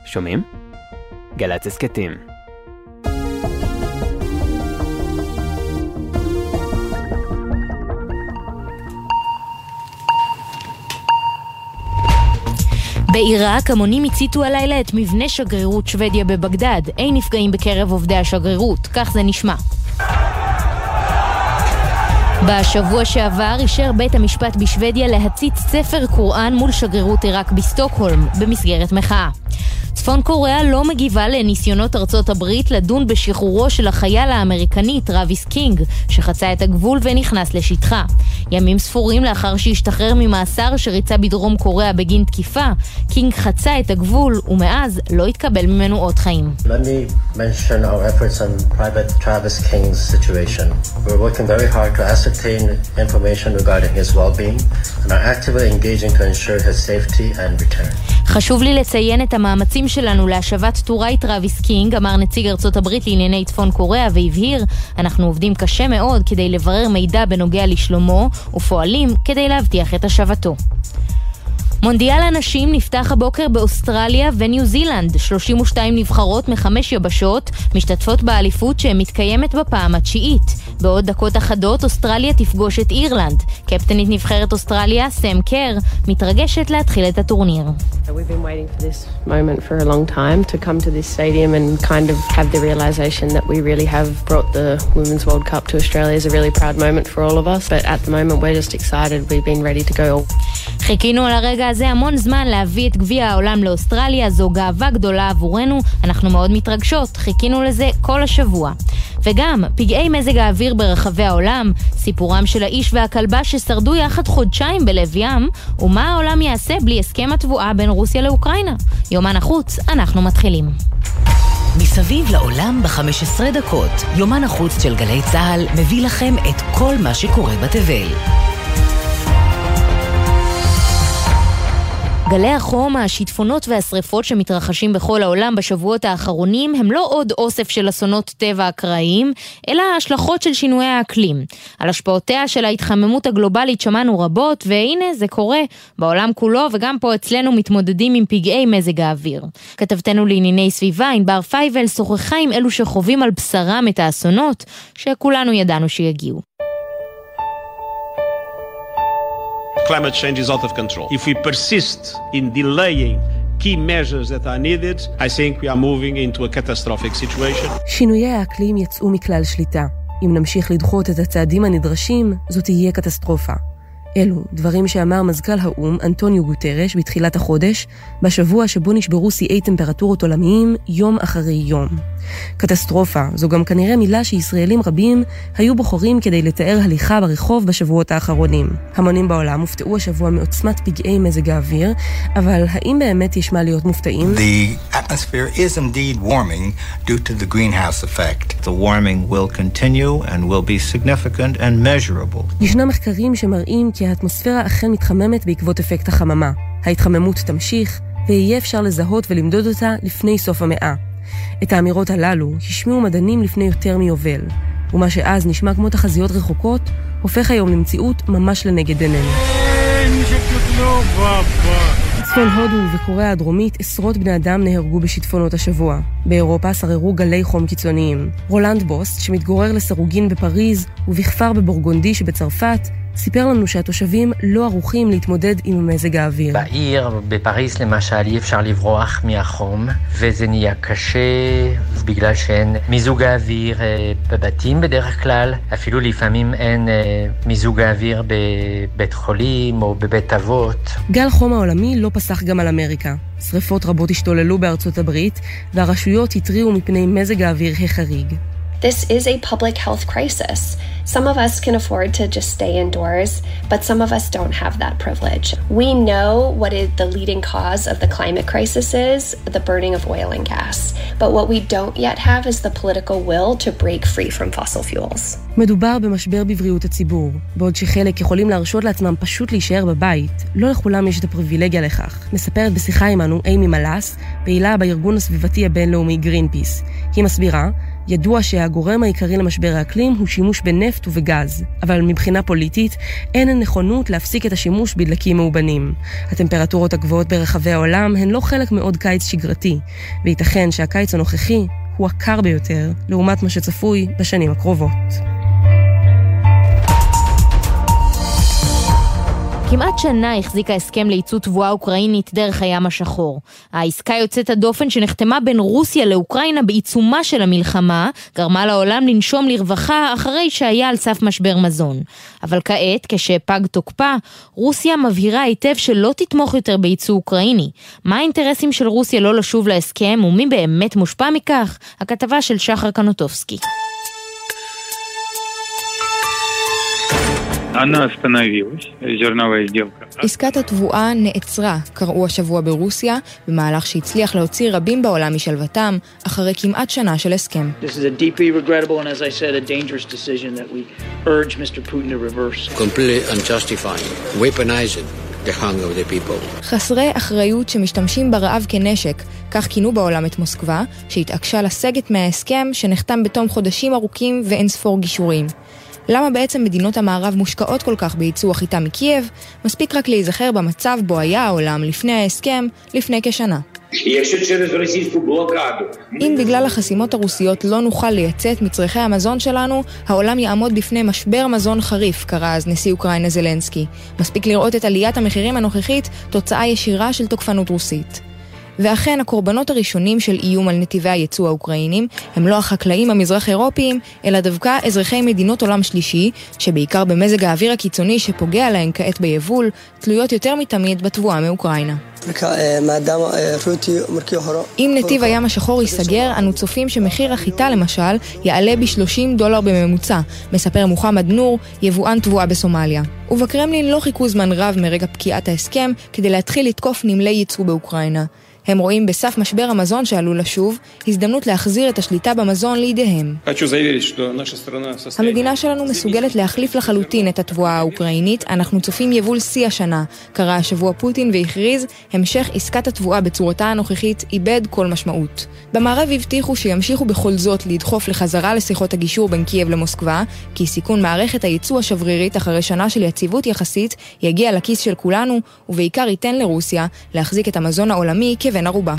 שומעים? גל"צ הסכתים. בעיראק המונים הציתו הלילה את מבנה שגרירות שוודיה בבגדד. אין נפגעים בקרב עובדי השגרירות, כך זה נשמע. בשבוע שעבר אישר בית המשפט בשוודיה להציץ ספר קוראן מול שגרירות עיראק בסטוקהולם במסגרת מחאה. צפון קוריאה לא מגיבה לניסיונות ארצות הברית לדון בשחרורו של החייל האמריקני טראביס קינג, שחצה את הגבול ונכנס לשטחה. ימים ספורים לאחר שהשתחרר ממאסר שריצה בדרום קוריאה בגין תקיפה, קינג חצה את הגבול ומאז לא התקבל ממנו עוד חיים. Let me mention our efforts on Private Travis King's situation. We're working very hard to ascertain information regarding his well-being and are actively engaging to ensure his safety and return. חשוב לי לציין את המאמצים שלנו להשבת טוראי טראביס קינג, אמר נציג ארצות הברית לענייני צפון קוריאה והבהיר, אנחנו עובדים קשה מאוד כדי לברר מידע בנוגע לשלומו ופועלים כדי להבטיח את השבתו. מונדיאל הנשים נפתח הבוקר באוסטרליה וניו זילנד. 32 נבחרות מ5 יבשות משתתפות באליפות שמתקיימת בפעם התשיעית. בעוד דקות אחדות אוסטרליה תפגוש את אירלנד. קפטנית נבחרת אוסטרליה, סם קר, מתרגשת להתחיל את הטורניר. We've been waiting for this moment for a long time to come to this stadium and kind of have the realization that we really have brought the Women's World Cup to Australia is a really proud moment for all of us. But at the moment we're just excited. We've been ready to go. חיכינו על הרגע הזה המון זמן להביא את גביע העולם לאוסטרליה, זו גאווה גדולה עבורנו, אנחנו מאוד מתרגשות, חיכינו לזה כל השבוע. וגם פגעי מזג האוויר ברחבי העולם, סיפורם של האיש והכלבה ששרדו יחד חודשיים בלב ים, ומה העולם יעשה בלי הסכם התבואה בין רוסיה לאוקראינה. יומן החוץ, אנחנו מתחילים. מסביב לעולם ב-15 דקות, יומן החוץ של גלי צהל מביא לכם את כל מה שקורה בתבל. גלי החום, השיטפונות והשריפות שמתרחשים בכל העולם בשבועות האחרונים הם לא עוד אוסף של אסונות טבע אקראיים, אלא השלכות של שינויי האקלים. על השפעותיה של ההתחממות הגלובלית שמענו רבות, והנה זה קורה בעולם כולו, וגם פה אצלנו מתמודדים עם פגעי מזג האוויר. כתבתנו לענייני סביבה, ענבר פייבל, שוחחה עם אלו שחווים על בשרם את האסונות שכולנו ידענו שיגיעו. Climate change is out of control. If we persist in delaying key measures that are needed, I think we are moving into a catastrophic situation. שינויי האקלים יצאו מכלל שליטה. אם נמשיך לדחות את הצעדים הנדרשים, זאת תהיה קטסטרופה. אלו דברים שאמר מזכ"ל האו"ם אנטוניו גוטרש בתחילת החודש, בשבוע שבו נשברו שיאי טמפרטורות עולמיים יום אחרי יום. קטסטרופה זו גם כנראה מילה שישראלים רבים היו בוחרים כדי לתאר הליכה ברחוב בשבועות האחרונים. המונים בעולם הופתעו השבוע מעוצמת פגעי מזג האוויר, אבל האם באמת יש מה להיות מופתעים? The atmosphere is indeed warming due to the greenhouse effect. The warming will continue and will be significant and measurable. ישנם מחקרים שמראים כי האטמוספירה אכן מתחממת בעקבות אפקט החממה. ההתחממות תמשיך ויהיה אפשר לזהות ולמדוד אותה לפני סוף המאה. את האמירות הללו השמיעו מדענים לפני יותר מיובל, ומה שאז נשמע כמו תחזיות רחוקות, הופך היום למציאות ממש לנגד עינינו. בצפון הודו ובקוריאה הדרומית עשרות בני אדם נהרגו בשיטפונות השבוע. באירופה שררו גלי חום קיצוניים. רולנד בוסט, שמתגורר לסירוגין בפריז ובכפר בבורגונדי שבצרפת, סיפר לנו שהתושבים לא ערוכים להתמודד עם מזג האוויר. בעיר, בפריז למשל, אי אפשר לברוח מהחום, וזה נהיה קשה בגלל שאין מיזוג האוויר בבתים בדרך כלל, אפילו לפעמים אין מיזוג האוויר בבית חולים או בבית אבות. גל חום העולמי לא פסח גם על אמריקה. שריפות רבות השתוללו בארצות הברית, והרשויות התריעו מפני מזג האוויר החריג. This is a public health crisis. Some of us can afford to just stay indoors, but some of us don't have that privilege. We know what the leading cause of the climate crisis is, the burning of oil and gas. But what we don't yet have is the political will to break free from fossil fuels. מדובר במשבר בבריאות הציבור. בעוד שחלק יכולים להרשות לעצמם פשוט להישאר בבית, לא לכולם יש את הפריבילגיה לכך. מספרת בשיחה עמנו אימי מלאס, פעילה בארגון הסביבתי הבינלאומי גרינפיס. היא מסבירה, ידוע שהגורם העיקרי למשבר האקלים הוא שימוש בנפט ובגז, אבל מבחינה פוליטית אין נכונות להפסיק את השימוש בדלקים מאובנים. הטמפרטורות הגבוהות ברחבי העולם הן לא חלק מעוד קיץ שגרתי, וייתכן שהקיץ הנוכחי הוא הקר ביותר לעומת מה שצפוי בשנים הקרובות. כמעט שנה החזיק ההסכם לייצוא תבואה אוקראינית דרך הים השחור. העסקה יוצאת הדופן שנחתמה בין רוסיה לאוקראינה בעיצומה של המלחמה, גרמה לעולם לנשום לרווחה אחרי שהיה על סף משבר מזון. אבל כעת, כשפג תוקפה, רוסיה מבהירה היטב שלא תתמוך יותר בייצוא אוקראיני. מה האינטרסים של רוסיה לא לשוב להסכם ומי באמת מושפע מכך? הכתבה של שחר קנוטובסקי. עסקת התבואה נעצרה, קראו השבוע ברוסיה, במהלך שהצליח להוציא רבים בעולם משלוותם, אחרי כמעט שנה של הסכם. This is a deeply regrettable and as I said a dangerous decision that we urge Mr. Putin to reverse. Completely unjustified, weaponizing the hunger of the people. חסרי אחריות שמשתמשים ברעב כנשק, כך כינו בעולם את מוסקבה, שהתעקשה לסגת מההסכם שנחתם בתום חודשים ארוכים ואין ספור גישורים. למה בעצם מדינות המערב מושקעות כל כך בייצוא החיטה מקייב? מספיק רק להיזכר במצב בו היה העולם לפני ההסכם, לפני כשנה. אם בגלל החסימות הרוסיות לא נוכל לייצא את מצרכי המזון שלנו, העולם יעמוד בפני משבר מזון חריף, קרא אז נשיא אוקראינה זלנסקי. מספיק לראות את עליית המחירים הנוכחית, תוצאה ישירה של תוקפנות רוסית. ואכן, הקורבנות הראשונים של איום על נתיבי הייצוא האוקראינים הם לא החקלאים המזרח אירופיים, אלא דווקא אזרחי מדינות עולם שלישי, שבעיקר במזג האוויר הקיצוני שפוגע להן כעת ביבול, תלויות יותר מתמיד בתבואה מאוקראינה. אם נתיב הים השחור ייסגר, אנו צופים שמחיר החיטה למשל יעלה $30 בממוצע, מספר מוחמד נור, יבואן תבואה בסומליה. ובקרמלין לא חיכו זמן רב מרגע פקיעת ההסכם כדי להתחיל לתקוף נמלי ייצוא באוקראינה. הם רואים בסף משבר המזון שעלול לשוב, הזדמנות להחזיר את השליטה במזון לידיהם. המדינה שלנו מסוגלת להחליף לחלוטין את התבואה האוקראינית, אנחנו צופים יבול שיא השנה. קרא השבוע פוטין והכריז, המשך עסקת התבואה בצורתה הנוכחית איבד כל משמעות. במערב הבטיחו שימשיכו בכל זאת לדחוף לחזרה לשיחות הגישור בין קייב למוסקבה, כי סיכון מערכת הייצוא השברירית אחרי שנה של יציבות יחסית יגיע לכיס של כולנו, ובעיקר ייתן לרוסיה להחזיק את המזון העולמי כבן ערובה.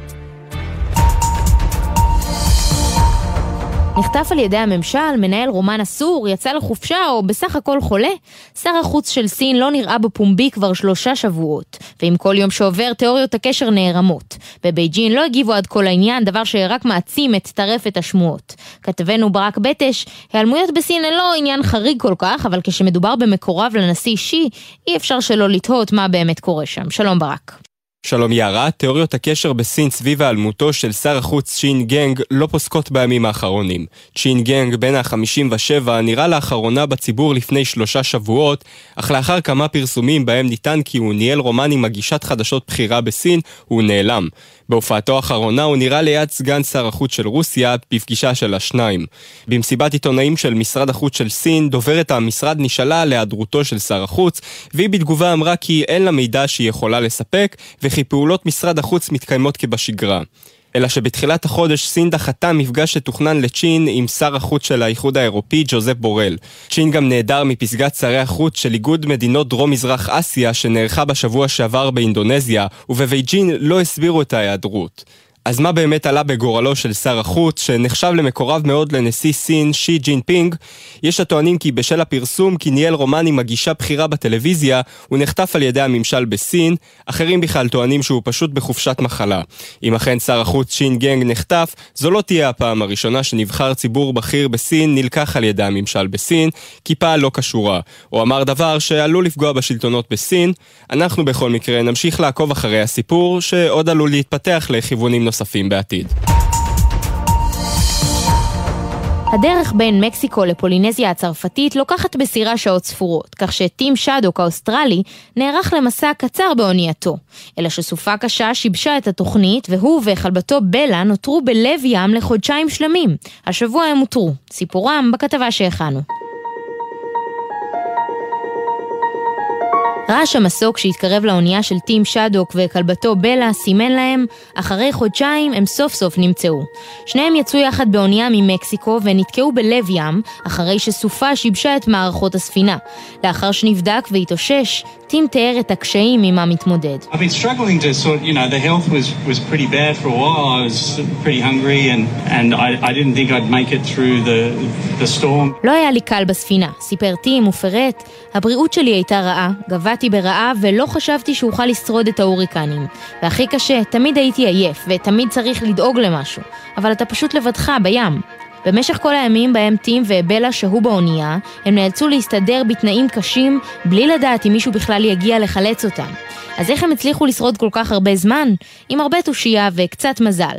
נחטף על ידי הממשל, מנהל רומן אסור, יצא לחופשה או בסך הכל חולה. שר החוץ של סין לא נראה בפומבי כבר 3 שבועות, ועם כל יום שעובר תיאוריות הקשר נערמות. בבייג'ין לא הגיבו עד כל העניין, דבר שרק מעצים את טרפת השמועות. כתבנו ברק בטש, העלמויות בסין הן לא עניין חריג כל כך, אבל כשמדובר במקורב לנשיא שי, אי אפשר שלא לתהות מה באמת קורה שם. שלום ברק. שלום יערה, תיאוריות הקשר בסין סביב העלמותו של שר החוץ צ'ין גנג לא פוסקות בימים האחרונים. צ'ין גנג בן ה-57 נראה לאחרונה בציבור לפני 3 שבועות, אך לאחר כמה פרסומים בהם ניתן כי הוא ניהל רומן עם מגישת חדשות בחירה בסין, הוא נעלם. בהופעתו האחרונה הוא נראה ליד סגן שר החוץ של רוסיה בפגישה של השניים. במסיבת עיתונאים של משרד החוץ של סין, דוברת המשרד נשאלה על היעדרותו של שר החוץ, והיא בתגובה אמרה כי אין לה מידע שהיא יכולה לספק, וכי פעולות משרד החוץ מתקיימות כבשגרה. אלא שבתחילת החודש סין דחתה מפגש שתוכנן לצ'ין עם שר החוץ של האיחוד האירופי ג'וזפ בורל. צ'ין גם נהדר מפסגת שרי החוץ של איגוד מדינות דרום-מזרח אסיה שנערכה בשבוע שעבר באינדונזיה, ובבייג'ין לא הסבירו את ההיעדרות. אז מה באמת עלה בגורלו של שר החוץ, שנחשב למקורב מאוד לנשיא סין שי ג'ינפינג? יש הטוענים כי בשל הפרסום כי ניהל רומן עם מגישה בחירה בטלוויזיה, הוא נחטף על ידי הממשל בסין, אחרים בכלל טוענים שהוא פשוט בחופשת מחלה. אם אכן שר החוץ שין גנג נחטף, זו לא תהיה הפעם הראשונה שנבחר ציבור בכיר בסין נלקח על ידי הממשל בסין, כי פעל לא קשורה, או אמר דבר שעלול לפגוע בשלטונות בסין. אנחנו בכל מקרה נמשיך לעקוב אחרי הסיפור, שעוד עלול להתפתח לכיוונים נוספים בעתיד. הדרך בין מקסיקו לפולינזיה הצרפתית לוקחת בסירה שעות ספורות, כך שטים שדוק האוסטרלי נערך למסע קצר באונייתו. אלא שסופה קשה שיבשה את התוכנית, והוא וחלבתו בלה נותרו בלב ים לחודשיים שלמים. השבוע הם הותרו. סיפורם בכתבה שהכנו. רעש המסוק שהתקרב לאונייה של טים שדוק וכלבתו בלה סימן להם, אחרי חודשיים הם סוף סוף נמצאו. שניהם יצאו יחד באונייה ממקסיקו ונתקעו בלב ים, אחרי שסופה שיבשה את מערכות הספינה. לאחר שנבדק והתאושש, טים תיאר את הקשיים ממה מתמודד. I've been struggling to sort, the health was pretty bad for a while. I was pretty hungry and I didn't think I'd make it through the storm. לא היה לי קל בספינה, סיפר טים ופרט. הבריאות שלי הייתה רעה, גבעתי ברעב ולא חשבתי שאוכל לשרוד את ההוריקנים. והכי קשה, תמיד הייתי עייף ותמיד צריך לדאוג למשהו. אבל אתה פשוט לבדך בים. במשך כל הימים בהם טים ובלה שהו באונייה, הם נאלצו להסתדר בתנאים קשים, בלי לדעת אם מישהו בכלל יגיע לחלץ אותם. אז איך הם הצליחו לשרוד כל כך הרבה זמן? עם הרבה תושייה וקצת מזל.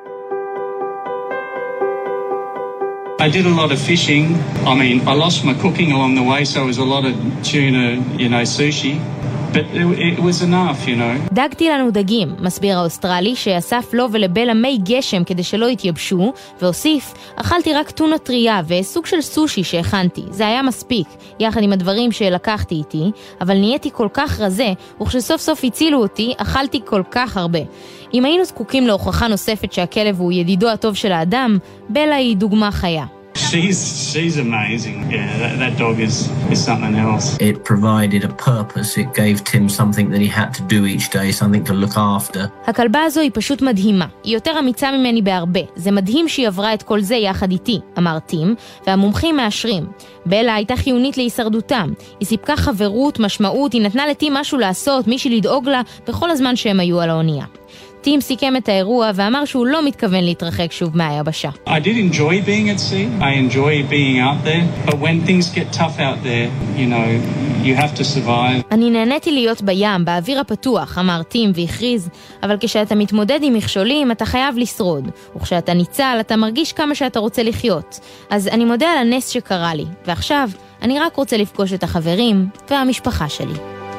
I did a lot of fishing. I lost my cooking along the way, so it was a lot of tuna, sushi. But it was enough, דגתי לנו דגים, מסביר האוסטרלי שאסף לו ולבלה מי גשם כדי שלא יתייבשו, והוסיף, אכלתי רק טונה טריה וסוג של סושי שהכנתי. זה היה מספיק, יחד עם הדברים שלקחתי איתי, אבל נהייתי כל כך רזה, וכשסוף סוף הצילו אותי, אכלתי כל כך הרבה. אם היינו זקוקים להוכחה נוספת שהכלב הוא ידידו הטוב של האדם, בלה היא דוגמה חיה. She's amazing. Yeah, that dog is something else. It provided a purpose. It gave Tim something that he had to do each day, something to look after. הכלבה הזו היא פשוט מדהימה. היא יותר אמיצה ממני בהרבה. זה מדהים שהיא עברה את כל זה יחד איתי, אמר טים, והמומחים מאשרים. בלה הייתה חיונית להישרדותם. היא סיפקה חברות, משמעות, היא נתנה לטים משהו לעשות, מישהו לדאוג לה, בכל הזמן שהם היו על האונייה. טים סיכם את האירוע ואמר שהוא לא מתכוון להתרחק שוב מהיבשה. I did enjoy being at sea. I enjoy being out there. But when things get tough out there, you have to survive. אני נהניתי להיות בים, באוויר הפתוח, אמר טים והכריז, אבל כשאתה מתמודד עם מכשולים, אתה חייב לשרוד. וכשאתה ניצל, אתה מרגיש כמה שאתה רוצה לחיות. אז אני מודה על הנס שקרה לי. ועכשיו, אני רק רוצה לפגוש את החברים והמשפחה שלי.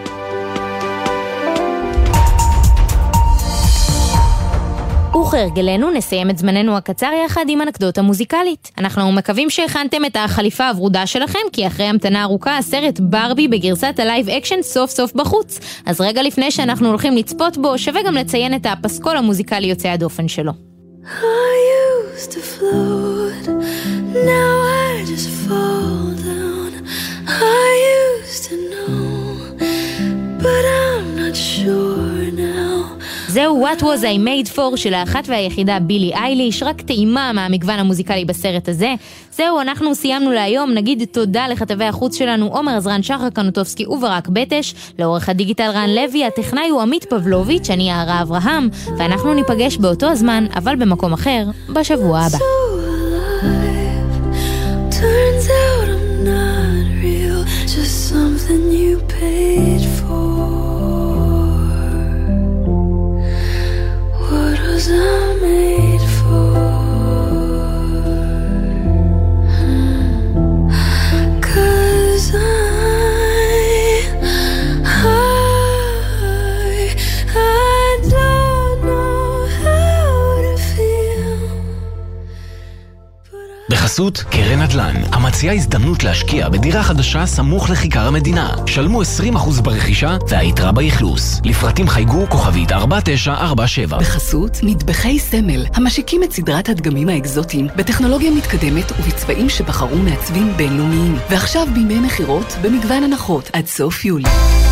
וכהרגלנו נסיים את זמננו הקצר יחד עם אנקדוטה מוזיקלית. אנחנו מקווים שהכנתם את החליפה הוורודה שלכם, כי אחרי המתנה ארוכה הסרט ברבי בגרסת הלייב אקשן סוף סוף בחוץ. אז רגע לפני שאנחנו הולכים לצפות בו, שווה גם לציין את הפסקול המוזיקלי יוצא הדופן שלו. I used to float, now I just fall down. I used to know, but I'm not sure now. זהו What Was I Made For של האחת והיחידה בילי אייליש, רק טעימה מהמגוון המוזיקלי בסרט הזה. זהו, אנחנו סיימנו להיום, נגיד תודה לכתבי החוץ שלנו עומר עזרן, שחר קנוטובסקי וברק בטש, לעורך הדיגיטל רן לוי, הטכנאי הוא עמית פבלוביץ', אני יערה אברהם, ואנחנו ניפגש באותו הזמן, אבל במקום אחר, בשבוע הבא. Turns out I'm not real, just something you paid for. What was I made for? 'Cause I don't know how to feel. בחסות קרן נדל"ן, המציעה הזדמנות להשקיע בדירה חדשה סמוך לכיכר המדינה. שלמו 20% ברכישה והיתרה באכלוס. לפרטים חייגו כוכבית 4947. בחסות מטבחי סמל, המשיקים את סדרת הדגמים האקזוטיים בטכנולוגיה מתקדמת ובצבעים שבחרו מעצבים בינלאומיים. ועכשיו בימי מחירות במגוון הנחות עד סוף יולי.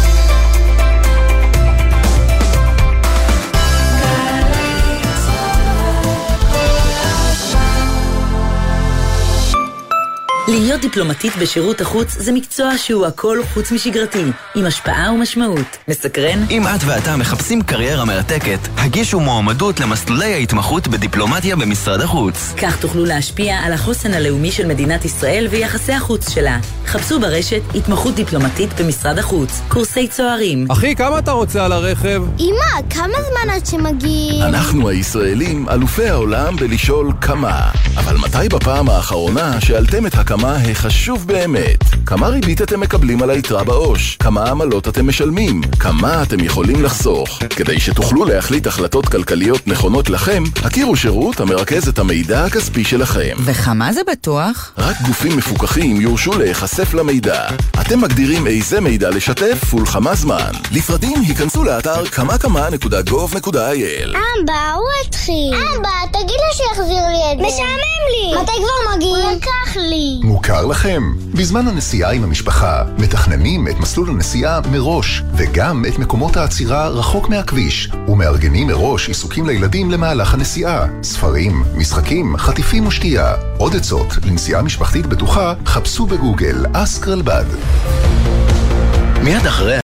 להיות דיפלומטית בשירות החוץ זה מקצוע שהוא הכל חוץ משגרתי, עם השפעה ומשמעות. מסקרן? אם את ואתה מחפשים קריירה מרתקת, הגישו מועמדות למסלולי ההתמחות בדיפלומטיה במשרד החוץ. כך תוכלו להשפיע על החוסן הלאומי של מדינת ישראל ויחסי החוץ שלה. חפשו ברשת התמחות דיפלומטית במשרד החוץ, קורסי צוערים. אחי, כמה אתה רוצה על הרכב? אמא, כמה זמן עד שמגיעים? אנחנו הישראלים אלופי העולם בלשאול כמה. אבל מתי בפעם האחרונה שאלתם את הכמה החשוב באמת? כמה ריבית אתם מקבלים על היתרה בעו"ש, כמה עמלות אתם משלמים, כמה אתם יכולים לחסוך. כדי שתוכלו להחליט החלטות כלכליות נכונות לכם, הכירו שירות המרכז את המידע הכספי שלכם. וכמה זה בטוח? רק גופים מפוקחים יורשו להיחשף למידע. אתם מגדירים איזה מידע לשתף ולכמה זמן. לפרטים היכנסו לאתר kama.gov.il. אבא, הוא התחיל. אבא, תגיד לו שיחזיר לי את זה. משעמם לי. מתי כבר מגיע? הוא לקח לי. מוכר לכם? בזמן הנסיעה עם המשפחה, מתכננים את מסלול הנסיעה מראש, וגם את מקומות העצירה רחוק מהכביש, ומארגנים מראש עיסוקים לילדים למהלך הנסיעה. ספרים, משחקים, חטיפים ושתייה. עוד עצות לנסיעה משפחתית בטוחה, חפשו בגוגל אסק רלב"ד. מיד אחרי